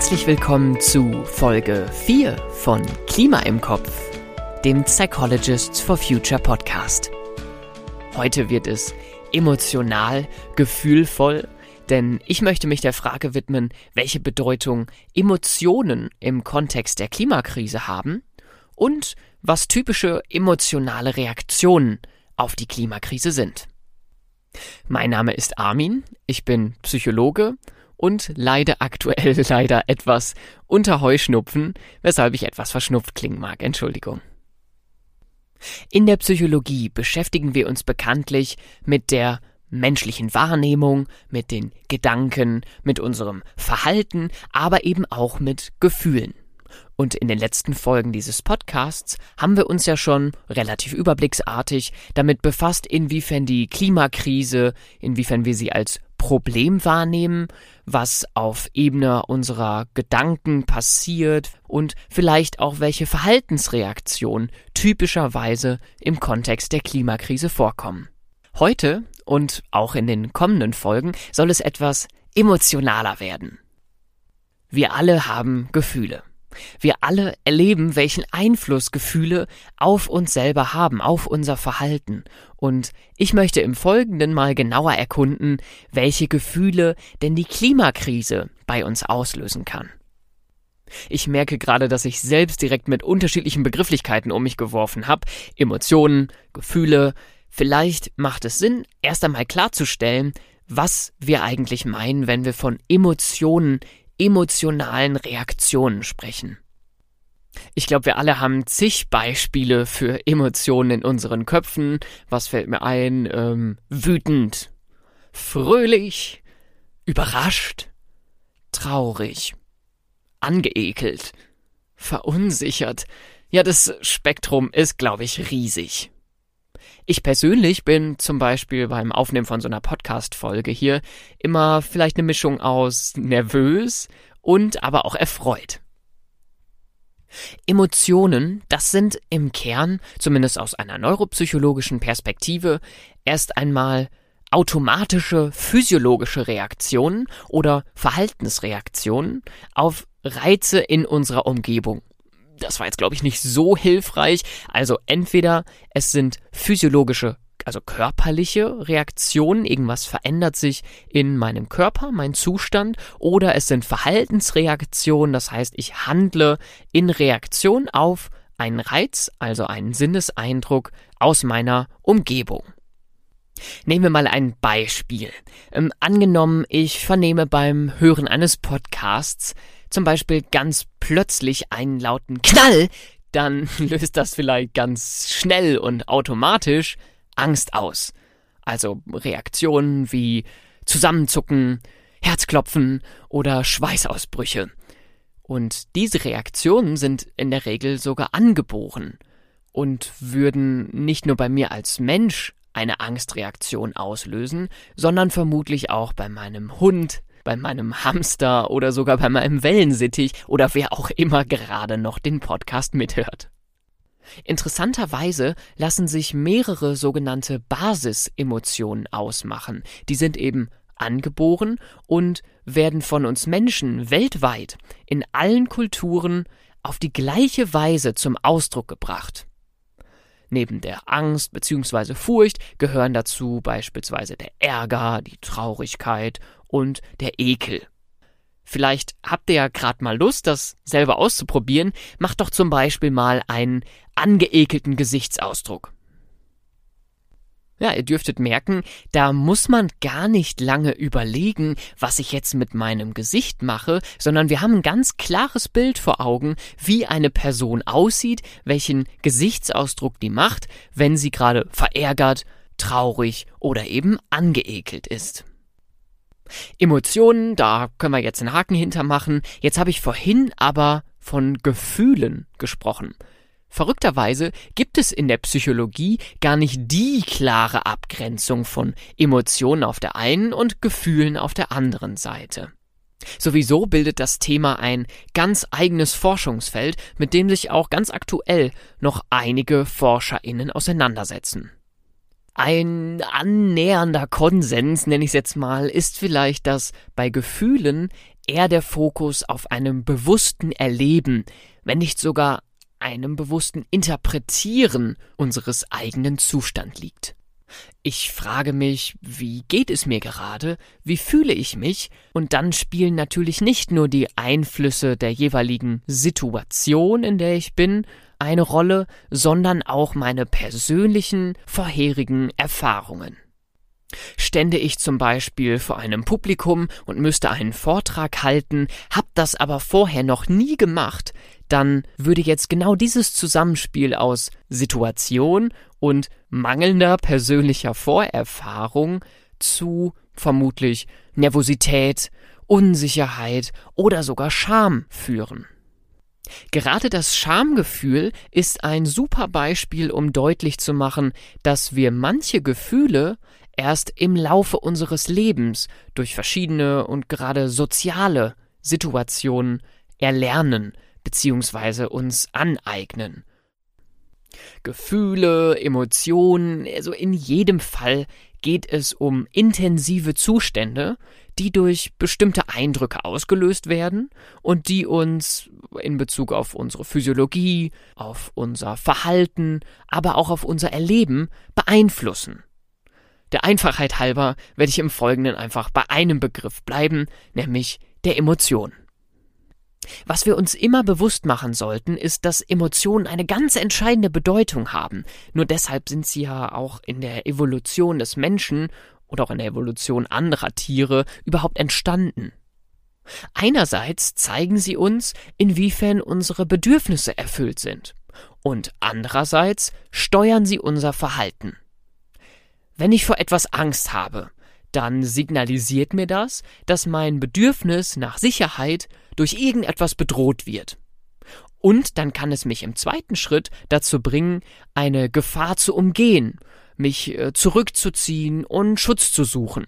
Herzlich willkommen zu Folge 4 von Klima im Kopf, dem Psychologists for Future Podcast. Heute wird es emotional, gefühlvoll, denn ich möchte mich der Frage widmen, welche Bedeutung Emotionen im Kontext der Klimakrise haben und was typische emotionale Reaktionen auf die Klimakrise sind. Mein Name ist Armin, ich bin Psychologe und leide aktuell leider etwas unter Heuschnupfen, weshalb ich etwas verschnupft klingen mag, Entschuldigung. In der Psychologie beschäftigen wir uns bekanntlich mit der menschlichen Wahrnehmung, mit den Gedanken, mit unserem Verhalten, aber eben auch mit Gefühlen. Und in den letzten Folgen dieses Podcasts haben wir uns ja schon relativ überblicksartig damit befasst, inwiefern die Klimakrise, inwiefern wir sie als Problem wahrnehmen, was auf Ebene unserer Gedanken passiert und vielleicht auch welche Verhaltensreaktionen typischerweise im Kontext der Klimakrise vorkommen. Heute und auch in den kommenden Folgen soll es etwas emotionaler werden. Wir alle haben Gefühle. Wir alle erleben, welchen Einfluss Gefühle auf uns selber haben, auf unser Verhalten. Und ich möchte im Folgenden mal genauer erkunden, welche Gefühle denn die Klimakrise bei uns auslösen kann. Ich merke gerade, dass ich selbst direkt mit unterschiedlichen Begrifflichkeiten um mich geworfen habe. Emotionen, Gefühle. Vielleicht macht es Sinn, erst einmal klarzustellen, was wir eigentlich meinen, wenn wir von emotionalen Reaktionen sprechen. Ich glaube, wir alle haben zig Beispiele für Emotionen in unseren Köpfen. Was fällt mir ein? Wütend, fröhlich, überrascht, traurig, angeekelt, verunsichert. Ja, das Spektrum ist, glaube ich, riesig. Ich persönlich bin zum Beispiel beim Aufnehmen von so einer Podcast-Folge hier immer vielleicht eine Mischung aus nervös und aber auch erfreut. Emotionen, das sind im Kern, zumindest aus einer neuropsychologischen Perspektive, erst einmal automatische physiologische Reaktionen oder Verhaltensreaktionen auf Reize in unserer Umgebung. Das war jetzt, glaube ich, nicht so hilfreich. Also entweder es sind physiologische, also körperliche Reaktionen, irgendwas verändert sich in meinem Körper, mein Zustand, oder es sind Verhaltensreaktionen, das heißt, ich handle in Reaktion auf einen Reiz, also einen Sinneseindruck aus meiner Umgebung. Nehmen wir mal ein Beispiel. Angenommen, ich vernehme beim Hören eines Podcasts zum Beispiel ganz plötzlich einen lauten Knall, dann löst das vielleicht ganz schnell und automatisch Angst aus. Also Reaktionen wie Zusammenzucken, Herzklopfen oder Schweißausbrüche. Und diese Reaktionen sind in der Regel sogar angeboren und würden nicht nur bei mir als Mensch eine Angstreaktion auslösen, sondern vermutlich auch bei meinem Hund, bei meinem Hamster oder sogar bei meinem Wellensittich oder wer auch immer gerade noch den Podcast mithört. Interessanterweise lassen sich mehrere sogenannte Basisemotionen ausmachen. Die sind eben angeboren und werden von uns Menschen weltweit in allen Kulturen auf die gleiche Weise zum Ausdruck gebracht. Neben der Angst bzw. Furcht gehören dazu beispielsweise der Ärger, die Traurigkeit und der Ekel. Vielleicht habt ihr ja gerade mal Lust, das selber auszuprobieren. Macht doch zum Beispiel mal einen angeekelten Gesichtsausdruck. Ja, ihr dürftet merken, da muss man gar nicht lange überlegen, was ich jetzt mit meinem Gesicht mache, sondern wir haben ein ganz klares Bild vor Augen, wie eine Person aussieht, welchen Gesichtsausdruck die macht, wenn sie gerade verärgert, traurig oder eben angeekelt ist. Emotionen, da können wir jetzt einen Haken hintermachen. Jetzt habe ich vorhin aber von Gefühlen gesprochen. Verrückterweise gibt es in der Psychologie gar nicht die klare Abgrenzung von Emotionen auf der einen und Gefühlen auf der anderen Seite. Sowieso bildet das Thema ein ganz eigenes Forschungsfeld, mit dem sich auch ganz aktuell noch einige ForscherInnen auseinandersetzen. Ein annähernder Konsens, nenne ich es jetzt mal, ist vielleicht, dass bei Gefühlen eher der Fokus auf einem bewussten Erleben, wenn nicht sogar einem bewussten Interpretieren unseres eigenen Zustands liegt. Ich frage mich, wie geht es mir gerade, wie fühle ich mich, und dann spielen natürlich nicht nur die Einflüsse der jeweiligen Situation, in der ich bin, eine Rolle, sondern auch meine persönlichen vorherigen Erfahrungen. Stände ich zum Beispiel vor einem Publikum und müsste einen Vortrag halten, hab das aber vorher noch nie gemacht, dann würde jetzt genau dieses Zusammenspiel aus Situation und mangelnder persönlicher Vorerfahrung zu vermutlich Nervosität, Unsicherheit oder sogar Scham führen. Gerade das Schamgefühl ist ein super Beispiel, um deutlich zu machen, dass wir manche Gefühle erst im Laufe unseres Lebens durch verschiedene und gerade soziale Situationen erlernen bzw. uns aneignen. Gefühle, Emotionen, also in jedem Fall geht es um intensive Zustände, die durch bestimmte Eindrücke ausgelöst werden und die uns in Bezug auf unsere Physiologie, auf unser Verhalten, aber auch auf unser Erleben beeinflussen. Der Einfachheit halber werde ich im Folgenden einfach bei einem Begriff bleiben, nämlich der Emotion. Was wir uns immer bewusst machen sollten, ist, dass Emotionen eine ganz entscheidende Bedeutung haben. Nur deshalb sind sie ja auch in der Evolution des Menschen oder auch in der Evolution anderer Tiere überhaupt entstanden. Einerseits zeigen sie uns, inwiefern unsere Bedürfnisse erfüllt sind, und andererseits steuern sie unser Verhalten. Wenn ich vor etwas Angst habe, dann signalisiert mir das, dass mein Bedürfnis nach Sicherheit durch irgendetwas bedroht wird. Und dann kann es mich im zweiten Schritt dazu bringen, eine Gefahr zu umgehen, mich zurückzuziehen und Schutz zu suchen.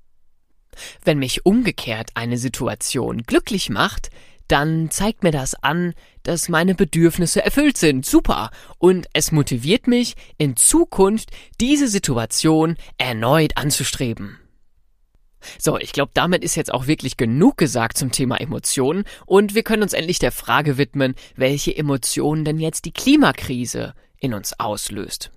Wenn mich umgekehrt eine Situation glücklich macht, dann zeigt mir das an, dass meine Bedürfnisse erfüllt sind. Super! Und es motiviert mich, in Zukunft diese Situation erneut anzustreben. So, ich glaube, damit ist jetzt auch wirklich genug gesagt zum Thema Emotionen und wir können uns endlich der Frage widmen, welche Emotionen denn jetzt die Klimakrise in uns auslöst.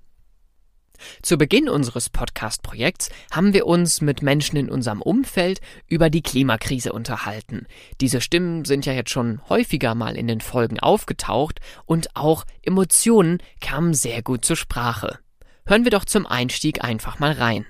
Zu Beginn unseres Podcast-Projekts haben wir uns mit Menschen in unserem Umfeld über die Klimakrise unterhalten. Diese Stimmen sind ja jetzt schon häufiger mal in den Folgen aufgetaucht und auch Emotionen kamen sehr gut zur Sprache. Hören wir doch zum Einstieg einfach mal rein.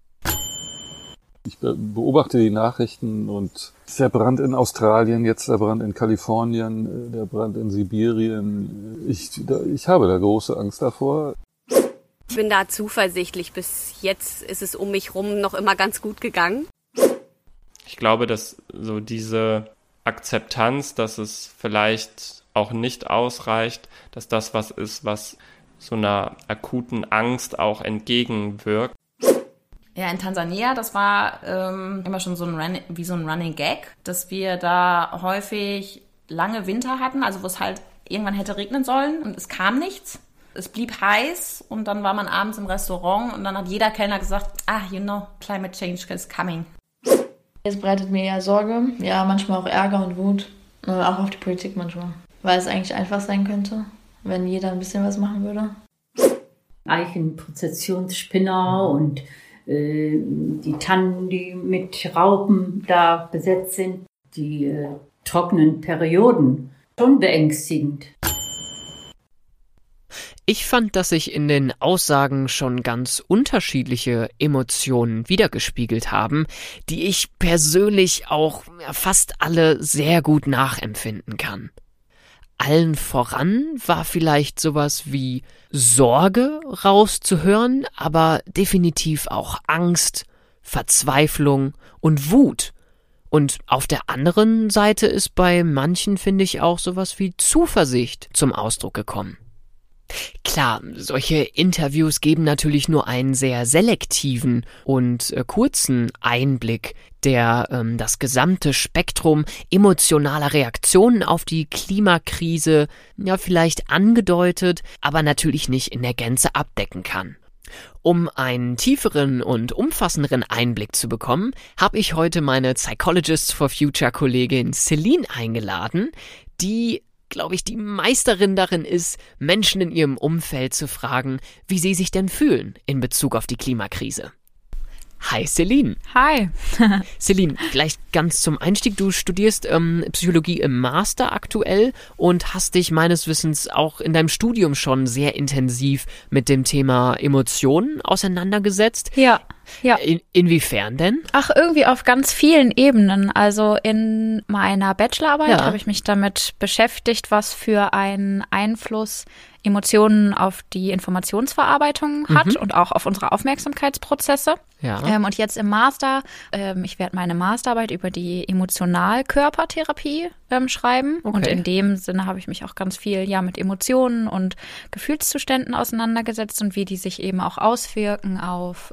Ich beobachte die Nachrichten und der Brand in Australien, jetzt der Brand in Kalifornien, der Brand in Sibirien. Ich habe da große Angst davor. Ich bin da zuversichtlich. Bis jetzt ist es um mich rum noch immer ganz gut gegangen. Ich glaube, dass so diese Akzeptanz, dass es vielleicht auch nicht ausreicht, dass das was ist, was so einer akuten Angst auch entgegenwirkt. Ja, in Tansania, das war immer schon so ein Running Gag, dass wir da häufig lange Winter hatten, also wo es halt irgendwann hätte regnen sollen und es kam nichts. Es blieb heiß und dann war man abends im Restaurant und dann hat jeder Kellner gesagt, climate change is coming. Es bereitet mir ja Sorge, ja, manchmal auch Ärger und Wut, auch auf die Politik manchmal, weil es eigentlich einfach sein könnte, wenn jeder ein bisschen was machen würde. Eichenprozessionsspinner und die Tannen, die mit Raupen da besetzt sind, die trockenen Perioden, schon beängstigend. Ich fand, dass sich in den Aussagen schon ganz unterschiedliche Emotionen wiedergespiegelt haben, die ich persönlich auch fast alle sehr gut nachempfinden kann. Allen voran war vielleicht sowas wie Sorge rauszuhören, aber definitiv auch Angst, Verzweiflung und Wut. Und auf der anderen Seite ist bei manchen, finde ich, auch sowas wie Zuversicht zum Ausdruck gekommen. Klar, solche Interviews geben natürlich nur einen sehr selektiven und kurzen Einblick, der das gesamte Spektrum emotionaler Reaktionen auf die Klimakrise ja vielleicht angedeutet, aber natürlich nicht in der Gänze abdecken kann. Um einen tieferen und umfassenderen Einblick zu bekommen, habe ich heute meine Psychologists for Future Kollegin Celine eingeladen, die, glaube ich, die Meisterin darin ist, Menschen in ihrem Umfeld zu fragen, wie sie sich denn fühlen in Bezug auf die Klimakrise. Hi Celine. Hi. Celine, vielleicht ganz zum Einstieg. Du studierst Psychologie im Master aktuell und hast dich meines Wissens auch in deinem Studium schon sehr intensiv mit dem Thema Emotionen auseinandergesetzt. Ja. Inwiefern denn? Ach, irgendwie auf ganz vielen Ebenen. Also in meiner Bachelorarbeit habe ich mich damit beschäftigt, was für einen Einfluss Emotionen auf die Informationsverarbeitung hat und auch auf unsere Aufmerksamkeitsprozesse. Ja. Und jetzt im Master, ich werde meine Masterarbeit über die Emotionalkörpertherapie schreiben. Okay. Und in dem Sinne habe ich mich auch ganz viel mit Emotionen und Gefühlszuständen auseinandergesetzt und wie die sich eben auch auswirken auf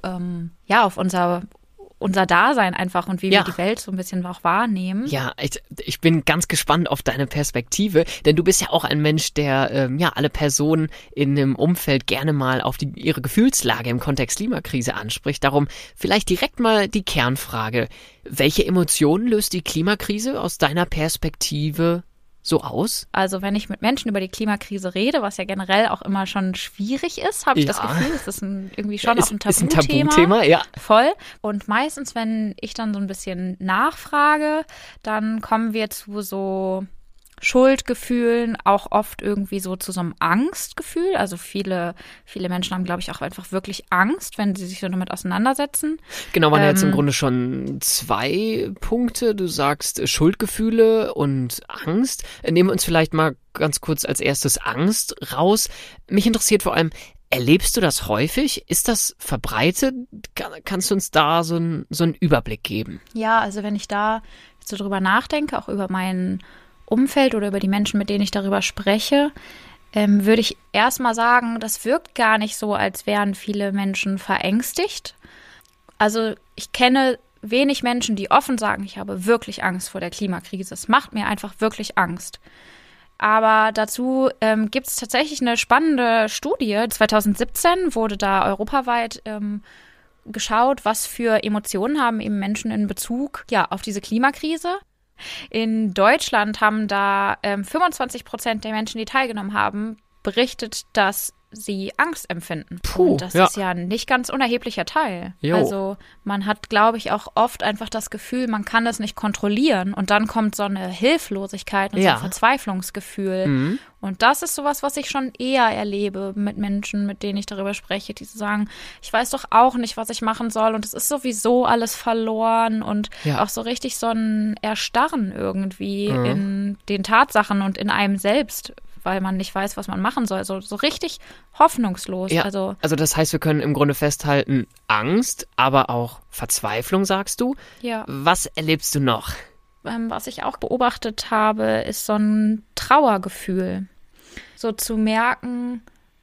unser Dasein einfach und wie wir die Welt so ein bisschen auch wahrnehmen. Ja, ich bin ganz gespannt auf deine Perspektive, denn du bist ja auch ein Mensch, der alle Personen in dem Umfeld gerne mal auf ihre Gefühlslage im Kontext Klimakrise anspricht. Darum vielleicht direkt mal die Kernfrage. Welche Emotionen löst die Klimakrise aus deiner Perspektive so aus? Also wenn ich mit Menschen über die Klimakrise rede, was ja generell auch immer schon schwierig ist, habe ich das Gefühl, es ist irgendwie schon auch ein Tabuthema. Ist ein Tabuthema, ja. Voll. Und meistens, wenn ich dann so ein bisschen nachfrage, dann kommen wir zu so Schuldgefühlen, auch oft irgendwie so zu so einem Angstgefühl. Also viele Menschen haben, glaube ich, auch einfach wirklich Angst, wenn sie sich so damit auseinandersetzen. Genau, waren jetzt im Grunde schon 2 Punkte. Du sagst Schuldgefühle und Angst. Nehmen wir uns vielleicht mal ganz kurz als erstes Angst raus. Mich interessiert vor allem, erlebst du das häufig? Ist das verbreitet? Kannst du uns da so einen Überblick geben? Ja, also wenn ich da so drüber nachdenke, auch über meinen Umfeld oder über die Menschen, mit denen ich darüber spreche, würde ich erstmal sagen, das wirkt gar nicht so, als wären viele Menschen verängstigt. Also ich kenne wenig Menschen, die offen sagen, ich habe wirklich Angst vor der Klimakrise. Es macht mir einfach wirklich Angst. Aber dazu gibt es tatsächlich eine spannende Studie. 2017 wurde da europaweit geschaut, was für Emotionen haben eben Menschen in Bezug auf diese Klimakrise. In Deutschland haben da 25% der Menschen, die teilgenommen haben, berichtet, dass sie Angst empfinden. Und das ist ja ein nicht ganz unerheblicher Teil. Jo. Also man hat, glaube ich, auch oft einfach das Gefühl, man kann das nicht kontrollieren und dann kommt so eine Hilflosigkeit und so ein Verzweiflungsgefühl. Mhm. Und das ist sowas, was ich schon eher erlebe mit Menschen, mit denen ich darüber spreche, die so sagen, ich weiß doch auch nicht, was ich machen soll und es ist sowieso alles verloren und auch so richtig so ein Erstarren irgendwie in den Tatsachen und in einem selbst, weil man nicht weiß, was man machen soll. So richtig hoffnungslos. Ja, also das heißt, wir können im Grunde festhalten, Angst, aber auch Verzweiflung, sagst du. Ja. Was erlebst du noch? Was ich auch beobachtet habe, ist so ein Trauergefühl. So zu merken,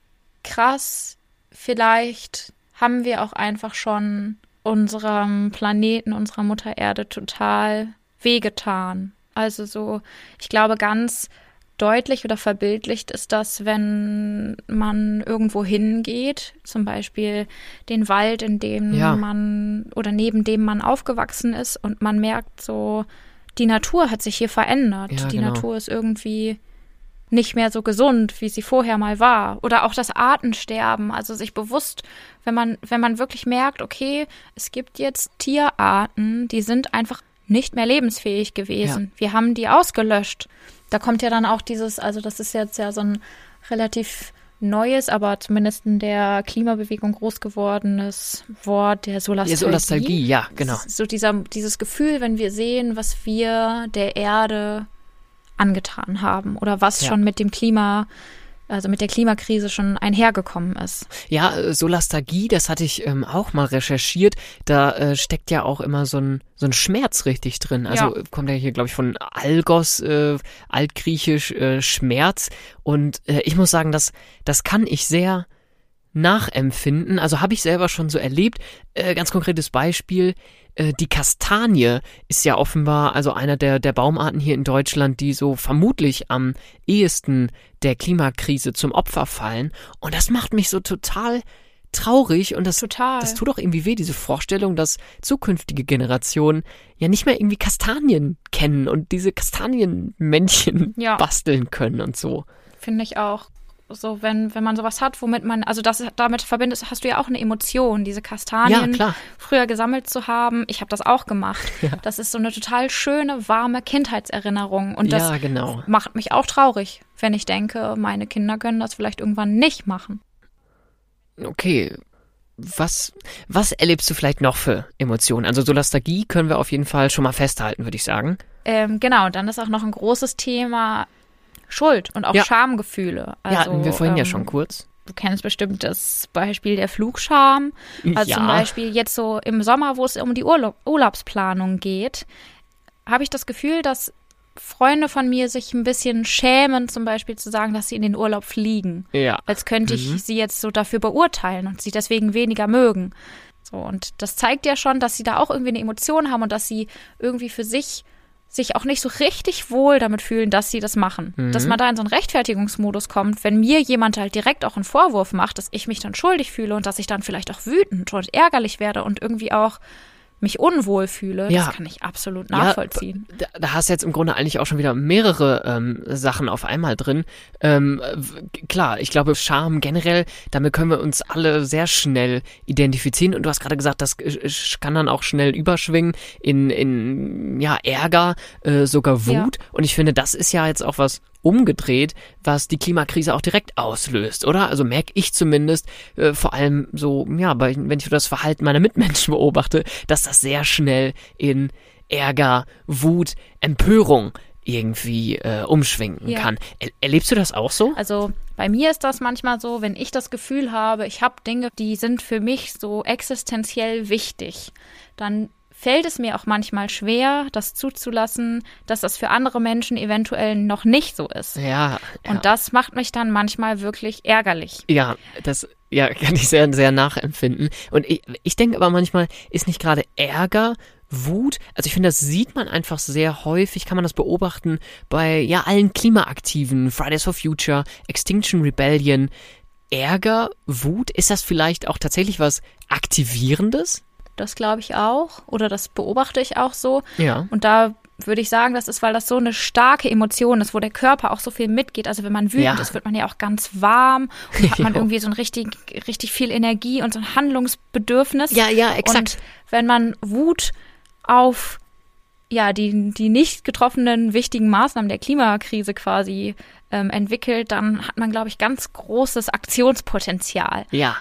krass, vielleicht haben wir auch einfach schon unserem Planeten, unserer Mutter Erde total wehgetan. Also so, ich glaube, ganz deutlich oder verbildlicht ist das, wenn man irgendwo hingeht, zum Beispiel den Wald, in dem man oder neben dem man aufgewachsen ist und man merkt so, die Natur hat sich hier verändert. Ja, die Natur ist irgendwie nicht mehr so gesund, wie sie vorher mal war. Oder auch das Artensterben, also sich bewusst, wenn man wirklich merkt, okay, es gibt jetzt Tierarten, die sind einfach nicht mehr lebensfähig gewesen. Ja. Wir haben die ausgelöscht. Da kommt ja dann auch also das ist jetzt ja so ein relativ neues, aber zumindest in der Klimabewegung groß gewordenes Wort der Solastalgie. Ja, Solastalgie, ja, genau. So dieses Gefühl, wenn wir sehen, was wir der Erde angetan haben oder was schon mit dem Klima, also mit der Klimakrise schon einhergekommen ist. Ja, Solastalgie, das hatte ich auch mal recherchiert. Da steckt ja auch immer so ein Schmerz richtig drin. Also kommt ja hier, glaube ich, von Algos, altgriechisch Schmerz. Und ich muss sagen, das kann ich sehr nachempfinden. Also habe ich selber schon so erlebt. Ganz konkretes Beispiel. Die Kastanie ist ja offenbar also einer der Baumarten hier in Deutschland, die so vermutlich am ehesten der Klimakrise zum Opfer fallen. Und das macht mich so total traurig und das Total. tut auch irgendwie weh, diese Vorstellung, dass zukünftige Generationen ja nicht mehr irgendwie Kastanien kennen und diese Kastanienmännchen basteln können und so. Finde ich auch. So, wenn man sowas hat, womit man, also damit verbindet, hast du ja auch eine Emotion, diese Kastanien früher gesammelt zu haben. Ich habe das auch gemacht. Ja. Das ist so eine total schöne, warme Kindheitserinnerung. Und das macht mich auch traurig, wenn ich denke, meine Kinder können das vielleicht irgendwann nicht machen. Okay. Was erlebst du vielleicht noch für Emotionen? Also Solastalgie können wir auf jeden Fall schon mal festhalten, würde ich sagen. Genau, dann ist auch noch ein großes Thema Schuld und auch Schamgefühle. Also, hatten wir vorhin ja schon kurz. Du kennst bestimmt das Beispiel der Flugscham. Also zum Beispiel jetzt so im Sommer, wo es um die Urlaubsplanung geht, habe ich das Gefühl, dass Freunde von mir sich ein bisschen schämen, zum Beispiel zu sagen, dass sie in den Urlaub fliegen. Ja. Als könnte ich sie jetzt so dafür beurteilen und sie deswegen weniger mögen. So, und das zeigt ja schon, dass sie da auch irgendwie eine Emotion haben und dass sie irgendwie für sich auch nicht so richtig wohl damit fühlen, dass sie das machen. Dass man da in so einen Rechtfertigungsmodus kommt, wenn mir jemand halt direkt auch einen Vorwurf macht, dass ich mich dann schuldig fühle und dass ich dann vielleicht auch wütend und ärgerlich werde und irgendwie auch mich unwohl fühle, das kann ich absolut nachvollziehen. Ja, da hast du jetzt im Grunde eigentlich auch schon wieder mehrere Sachen auf einmal drin. Klar, ich glaube, Scham generell, damit können wir uns alle sehr schnell identifizieren. Und du hast gerade gesagt, das kann dann auch schnell überschwingen in Ärger, sogar Wut. Ja. Und ich finde, das ist ja jetzt auch was umgedreht, was die Klimakrise auch direkt auslöst, oder? Also merke ich zumindest, vor allem so, wenn ich das Verhalten meiner Mitmenschen beobachte, dass das sehr schnell in Ärger, Wut, Empörung irgendwie umschwenken kann. Erlebst du das auch so? Also bei mir ist das manchmal so, wenn ich das Gefühl habe, ich habe Dinge, die sind für mich so existenziell wichtig, dann fällt es mir auch manchmal schwer, das zuzulassen, dass das für andere Menschen eventuell noch nicht so ist. Ja. Und das macht mich dann manchmal wirklich ärgerlich. Ja, das kann ich sehr, sehr nachempfinden. Und ich denke aber manchmal, ist nicht gerade Ärger, Wut, also ich finde, das sieht man einfach sehr häufig, kann man das beobachten bei allen Klimaaktiven, Fridays for Future, Extinction Rebellion. Ärger, Wut, ist das vielleicht auch tatsächlich was Aktivierendes? Das glaube ich auch oder das beobachte ich auch so. Ja. Und da würde ich sagen, das ist, weil das so eine starke Emotion ist, wo der Körper auch so viel mitgeht. Also wenn man wütend ist, wird man ja auch ganz warm und hat man irgendwie so ein richtig viel Energie und so ein Handlungsbedürfnis. Ja, exakt. Und wenn man Wut auf die nicht getroffenen wichtigen Maßnahmen der Klimakrise quasi entwickelt, dann hat man, glaube ich, ganz großes Aktionspotenzial. Ja,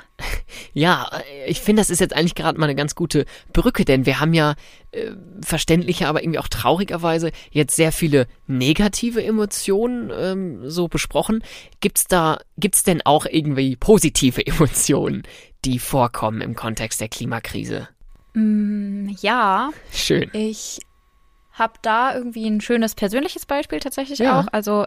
ich finde, das ist jetzt eigentlich gerade mal eine ganz gute Brücke, denn wir haben ja verständlicher, aber irgendwie auch traurigerweise jetzt sehr viele negative Emotionen so besprochen. Gibt's denn auch irgendwie positive Emotionen, die vorkommen im Kontext der Klimakrise? Ja. Schön. Ich habe da irgendwie ein schönes persönliches Beispiel tatsächlich auch. Also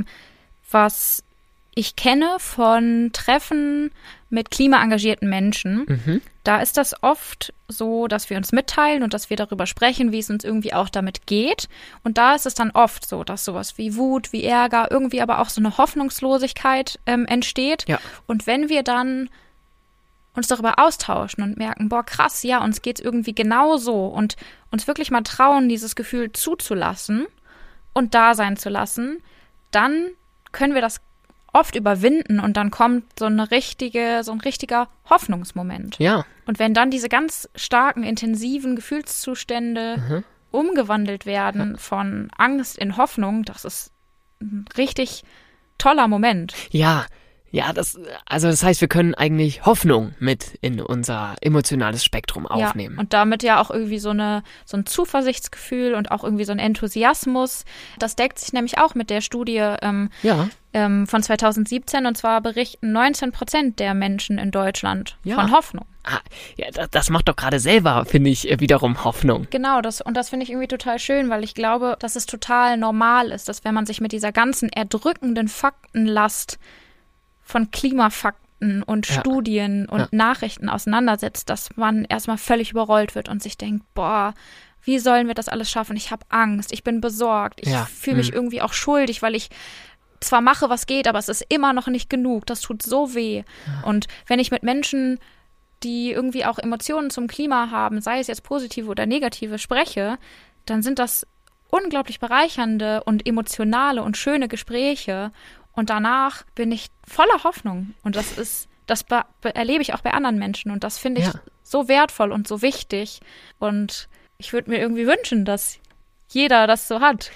was ich kenne von Treffen mit klimaengagierten Menschen, da ist das oft so, dass wir uns mitteilen und dass wir darüber sprechen, wie es uns irgendwie auch damit geht. Und da ist es dann oft so, dass sowas wie Wut, wie Ärger, irgendwie aber auch so eine Hoffnungslosigkeit entsteht. Ja. Und wenn wir dann uns darüber austauschen und merken, boah, krass, uns geht's irgendwie genauso und uns wirklich mal trauen, dieses Gefühl zuzulassen und da sein zu lassen, dann können wir das oft überwinden und dann kommt so ein richtiger Hoffnungsmoment. Ja. Und wenn dann diese ganz starken, intensiven Gefühlszustände umgewandelt werden von Angst in Hoffnung, das ist ein richtig toller Moment. Ja, das heißt, wir können eigentlich Hoffnung mit in unser emotionales Spektrum aufnehmen. Ja, und damit ja auch irgendwie so ein Zuversichtsgefühl und auch irgendwie so ein Enthusiasmus. Das deckt sich nämlich auch mit der Studie von 2017, und zwar berichten 19% der Menschen in Deutschland von Hoffnung. Das macht doch gerade selber, finde ich, wiederum Hoffnung. Genau, das finde ich irgendwie total schön, weil ich glaube, dass es total normal ist, dass wenn man sich mit dieser ganzen erdrückenden Faktenlast von Klimafakten und Studien und Nachrichten auseinandersetzt, dass man erstmal völlig überrollt wird und sich denkt, boah, wie sollen wir das alles schaffen? Ich habe Angst, ich bin besorgt, ich fühle mich irgendwie auch schuldig, weil ich zwar mache, was geht, aber es ist immer noch nicht genug. Das tut so weh. Und wenn ich mit Menschen, die irgendwie auch Emotionen zum Klima haben, sei es jetzt positive oder negative, spreche, dann sind das unglaublich bereichernde und emotionale und schöne Gespräche. Und danach bin ich voller Hoffnung. Und das erlebe ich auch bei anderen Menschen. Und das finde ich so wertvoll und so wichtig. Und ich würde mir irgendwie wünschen, dass jeder das so hat.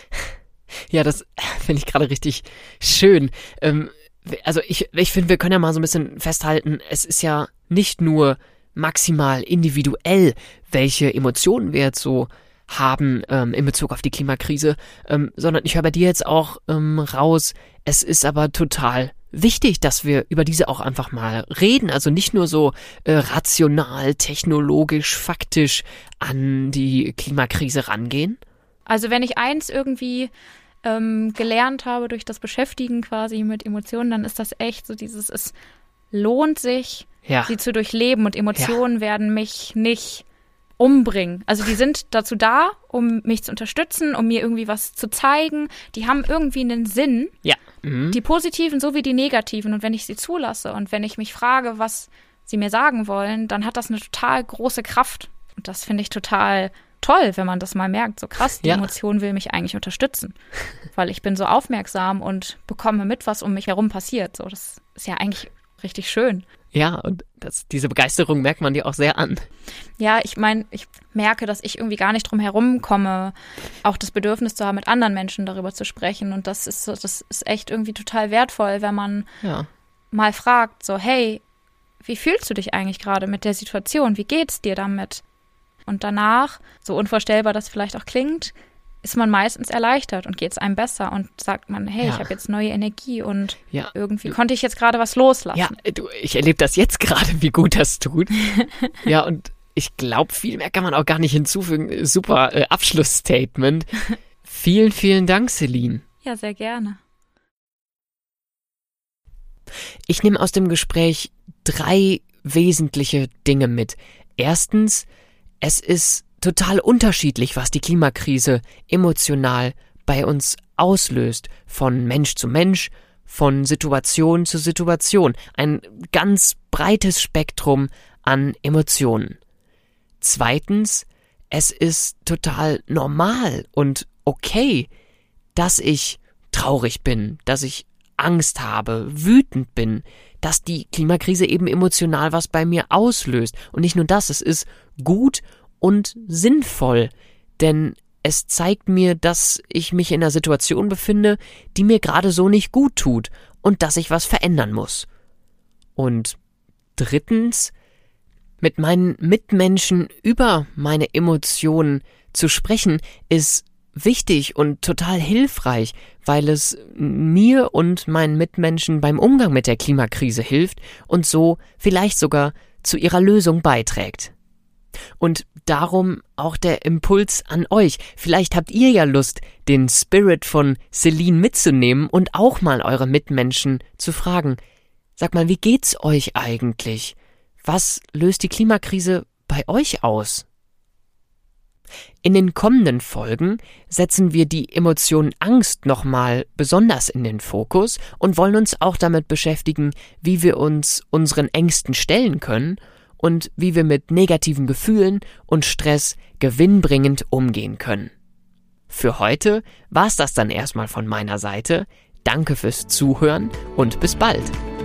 Ja, das finde ich gerade richtig schön. Also ich finde, wir können ja mal so ein bisschen festhalten, es ist ja nicht nur maximal individuell, welche Emotionen wir jetzt so haben in Bezug auf die Klimakrise, sondern ich höre bei dir jetzt auch raus, es ist aber total wichtig, dass wir über diese auch einfach mal reden, also nicht nur so rational, technologisch, faktisch an die Klimakrise rangehen. Also wenn ich eins irgendwie gelernt habe durch das Beschäftigen quasi mit Emotionen, dann ist das echt so dieses, es lohnt sich, sie zu durchleben und Emotionen werden mich nicht umbringen. Also die sind dazu da, um mich zu unterstützen, um mir irgendwie was zu zeigen. Die haben irgendwie einen Sinn. Ja. Mhm. Die positiven sowie die negativen. Und wenn ich sie zulasse und wenn ich mich frage, was sie mir sagen wollen, dann hat das eine total große Kraft. Und das finde ich total toll, wenn man das mal merkt. So krass, die Emotion will mich eigentlich unterstützen. Weil ich bin so aufmerksam und bekomme mit, was um mich herum passiert. So, das ist ja eigentlich richtig schön. Ja, und diese Begeisterung merkt man dir auch sehr an. Ja, ich meine, ich merke, dass ich irgendwie gar nicht drum herum komme, auch das Bedürfnis zu haben, mit anderen Menschen darüber zu sprechen. Und das ist echt irgendwie total wertvoll, wenn man mal fragt, so, hey, wie fühlst du dich eigentlich gerade mit der Situation? Wie geht's dir damit? Und danach, so unvorstellbar das vielleicht auch klingt, ist man meistens erleichtert und geht es einem besser und sagt man, hey, ich habe jetzt neue Energie und irgendwie konnte ich jetzt gerade was loslassen. Ja, ich erlebe das jetzt gerade, wie gut das tut. Ja, und ich glaube, viel mehr kann man auch gar nicht hinzufügen. Super Abschlussstatement. Vielen, vielen Dank, Celine. Ja, sehr gerne. Ich nehme aus dem Gespräch 3 wesentliche Dinge mit. Erstens, es ist total unterschiedlich, was die Klimakrise emotional bei uns auslöst. Von Mensch zu Mensch, von Situation zu Situation. Ein ganz breites Spektrum an Emotionen. Zweitens, es ist total normal und okay, dass ich traurig bin, dass ich Angst habe, wütend bin, dass die Klimakrise eben emotional was bei mir auslöst. Und nicht nur das, es ist gut und sinnvoll, denn es zeigt mir, dass ich mich in einer Situation befinde, die mir gerade so nicht gut tut und dass ich was verändern muss. Und drittens, mit meinen Mitmenschen über meine Emotionen zu sprechen, ist wichtig und total hilfreich, weil es mir und meinen Mitmenschen beim Umgang mit der Klimakrise hilft und so vielleicht sogar zu ihrer Lösung beiträgt. Und darum auch der Impuls an euch. Vielleicht habt ihr ja Lust, den Spirit von Celine mitzunehmen und auch mal eure Mitmenschen zu fragen, sag mal, wie geht's euch eigentlich? Was löst die Klimakrise bei euch aus? In den kommenden Folgen setzen wir die Emotion Angst nochmal besonders in den Fokus und wollen uns auch damit beschäftigen, wie wir uns unseren Ängsten stellen können und wie wir mit negativen Gefühlen und Stress gewinnbringend umgehen können. Für heute war's das dann erstmal von meiner Seite. Danke fürs Zuhören und bis bald.